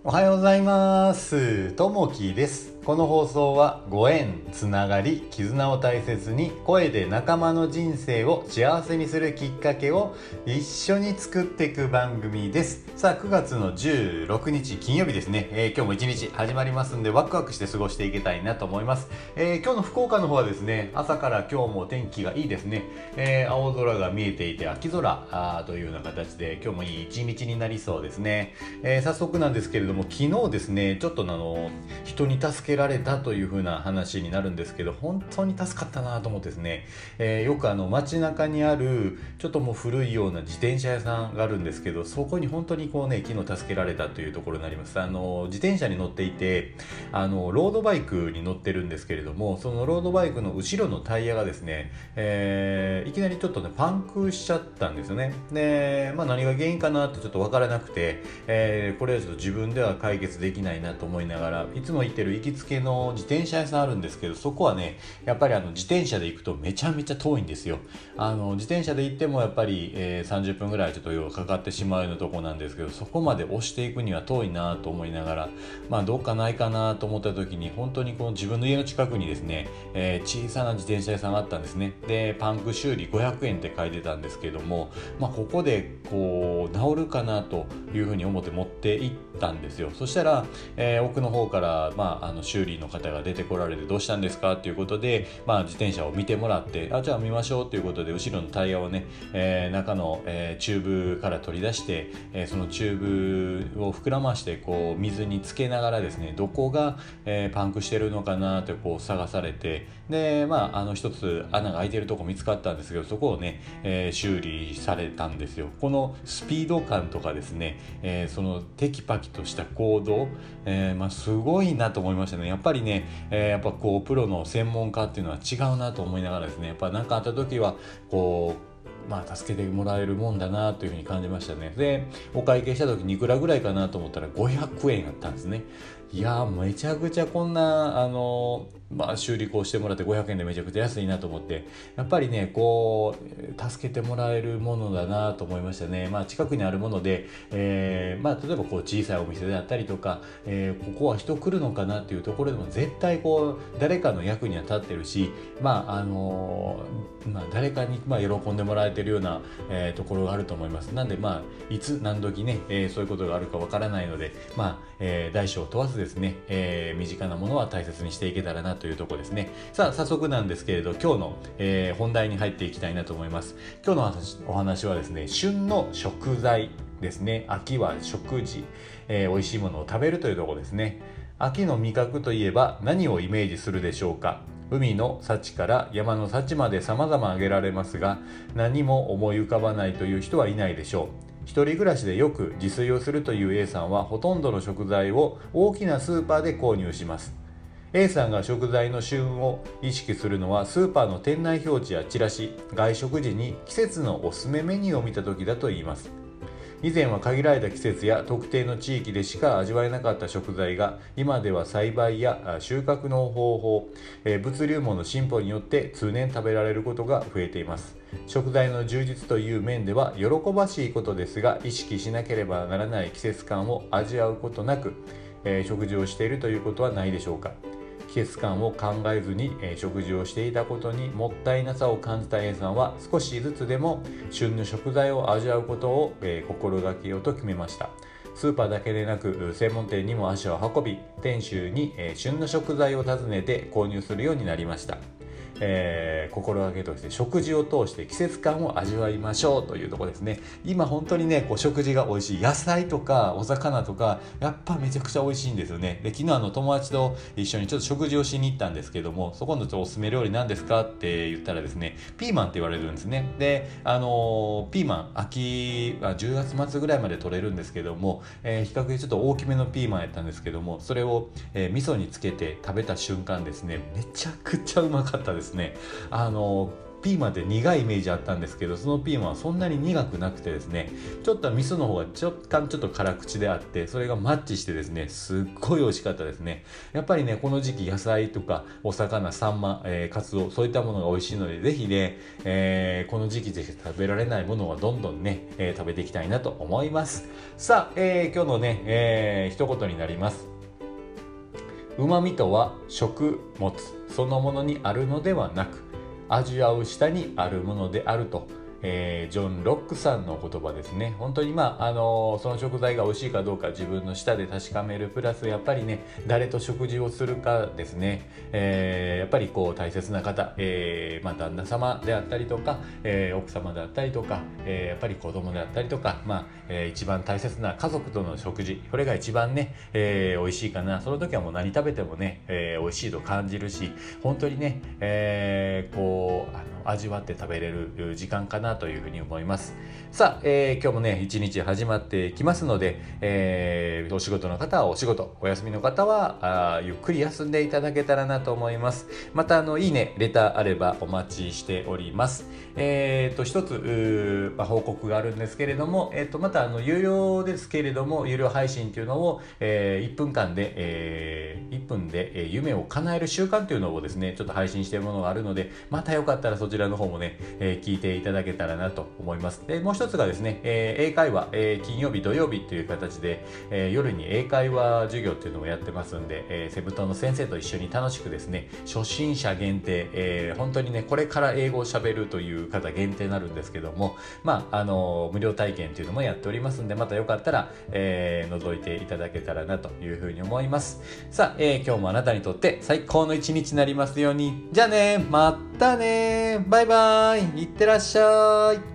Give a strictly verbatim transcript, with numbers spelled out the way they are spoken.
おはようございます。ともきです。この放送はご縁、つながり、絆を大切に声で仲間の人生を幸せにするきっかけを一緒に作っていく番組です。さあくがつのじゅうろくにち金曜日ですね、えー、今日も一日始まりますんでワクワクして過ごしていきたいなと思います。えー、今日の福岡の方はですね、朝から今日も天気がいいですね。えー、青空が見えていて秋空あというような形で今日もいい一日になりそうですね。えー、早速なんですけれども、昨日ですねちょっとあの人に助けられたという風な話になるんですけど、本当に助かったなと思ってですね、えー、よくあの街中にあるちょっともう古いような自転車屋さんがあるんですけど、そこに本当にこうね昨日助けられたというところになります。あの自転車に乗っていて、あのロードバイクに乗ってるんですけれども、そのロードバイクの後ろのタイヤがですね、えー、いきなりちょっとねパンクしちゃったんですよね。で、まあ、何が原因かなってちょっと分からなくて、えー、これはちょっと自分では解決できないなと思いながら、いつも行ってる行きつけの自転車屋さんあるんですけど、そこはねやっぱりあの自転車で行くとめちゃめちゃ遠いんですよ。あの自転車で行ってもやっぱり、えー、さんじゅっぷんぐらいちょっと要はかかってしまうようなとこなんですけど、そこまで押していくには遠いなと思いながら、まあどっかないかなと思った時に、本当にこの自分の家の近くにですね、えー、小さな自転車屋さんがあったんですね。でパンク修理ごひゃくえんって書いてたんですけども、まあここでこう治るかなというふうに思って持って行ったんですよ。そしたら、えー、奥の方から、まあ、あの修理の方が出てこられて、どうしたんですかっていうことで、まあ、自転車を見てもらって、あじゃあ見ましょうということで後ろのタイヤをね、えー、中の、えー、チューブから取り出して、えー、そのチューブを膨らましてこう水につけながらですね、どこが、えー、パンクしてるのかなってこう探されて、でまああの一つ穴が開いてるとこ見つかったんですけど、そこをね、えー、修理されたんですよ。このスピード感とかですね、えー、そのテキパキとした行動、えーまあ、すごいなと思いましたね。やっぱりね、えー、やっぱこうプロの専門家っていうのは違うなと思いながらですね、やっぱ何かあった時はこうまあ、助けてもらえるもんだなというふうに感じましたね。でお会計した時にいくらぐらいかなと思ったらごひゃくえんあったんですね。いやーめちゃくちゃこんなあのまあ、修理工してもらってごひゃくえんでめちゃくちゃ安いなと思って、やっぱりねこう助けてもらえるものだなと思いましたね。まあ、近くにあるもので、えーまあ、例えばこう小さいお店であったりとか、えー、ここは人来るのかなっていうところでも絶対こう誰かの役には立ってるし、まああのーまあ、誰かにまあ喜んでもらえてるような、えー、ところがあると思います。なんでまあいつ何時ね、えー、そういうことがあるかわからないので、まあえー、大小問わずですね、えー、身近なものは大切にしていけたらなというところですね。さあ早速なんですけれど、今日の、えー、本題に入っていきたいなと思います。今日のお話はですね、旬の食材ですね。秋は食事、えー、美味しいものを食べるというところですね。秋の味覚といえば何をイメージするでしょうか。海の幸から山の幸まで様々挙げられますが、何も思い浮かばないという人はいないでしょう。一人暮らしでよく自炊をするという A さんは、ほとんどの食材を大きなスーパーで購入します。A さんが食材の旬を意識するのは、スーパーの店内表示やチラシ、外食時に季節のおすすめメニューを見た時だといいます。以前は限られた季節や特定の地域でしか味わえなかった食材が、今では栽培や収穫の方法、物流網の進歩によって通年食べられることが増えています。食材の充実という面では喜ばしいことですが、意識しなければならない季節感を味わうことなく、食事をしているということはないでしょうか。季節感を考えずに、えー、食事をしていたことにもったいなさを感じた A さんは、少しずつでも旬の食材を味わうことを、えー、心がけようと決めました。スーパーだけでなく専門店にも足を運び、店主に、えー、旬の食材を訪ねて購入するようになりました。えー、心がけとして食事を通して季節感を味わいましょうというところですね。今本当にねこう食事が美味しい、野菜とかお魚とかやっぱめちゃくちゃ美味しいんですよね。で昨日あの友達と一緒にちょっと食事をしに行ったんですけども、そこのちょっとおすすめ料理何ですかって言ったらですね、ピーマンって言われるんですね。であのー、ピーマン秋はじゅうがつ末ぐらいまで取れるんですけども、えー、比較的ちょっと大きめのピーマンやったんですけども、それを、えー、味噌につけて食べた瞬間ですね、めちゃくちゃうまかったですね。あのピーマンって苦いイメージあったんですけど、そのピーマンはそんなに苦くなくてですね、ちょっと味噌の方が若干ちょっと辛口であって、それがマッチしてですね、すっごい美味しかったですね。やっぱりね、この時期野菜とかお魚、サンマ、えー、カツオ、そういったものが美味しいので、ぜひね、えー、この時期でしか食べられないものはどんどんね、えー、食べていきたいなと思います。さあ、えー、今日のね、えー、一言になります。うまみとは食物そのものにあるのではなく、味わう舌にあるものであると、えー、ジョン・ロックさんの言葉ですね。本当にまあ、あのー、その食材が美味しいかどうか自分の舌で確かめるプラス、やっぱりね、誰と食事をするかですね。えー、やっぱりこう大切な方、えーまあ、旦那様であったりとか、えー、奥様であったりとか、えー、やっぱり子供であったりとか、まあえー、一番大切な家族との食事、これが一番ね、えー、美味しいかな。その時はもう何食べてもね、えー、美味しいと感じるし、本当にね、えー、こうあの味わって食べれる時間かなというふうに思います。さあ、えー、今日もね一日始まってきますので、えー、お仕事の方はお仕事、お休みの方はあゆっくり休んでいただけたらなと思います。またあのいいねレターあればお待ちしております。えー、と一つ、まあ、報告があるんですけれども、えー、とまたあの有料ですけれども、有料配信というのを、えー、いっぷんかんで、えー、いっぷんで、えー、夢を叶える習慣というのをですねちょっと配信しているものがあるので、またよかったらそちらの方もね、えー、聞いていただけたらなと思います。でもう一つがですね、えー、英会話、えー、金曜日土曜日という形で、えー、夜に英会話授業っていうのをやってますんで、えー、セブ島の先生と一緒に楽しくですね、初心者限定、えー、本当にねこれから英語をしゃべるという方限定になるんですけども、まああのー、無料体験というのもやっておりますんで、またよかったら、えー、覗いていただけたらなというふうに思います。さあ、えー、今日もあなたにとって最高の一日になりますように。じゃあね、またね、バイバイ、いってらっしゃい。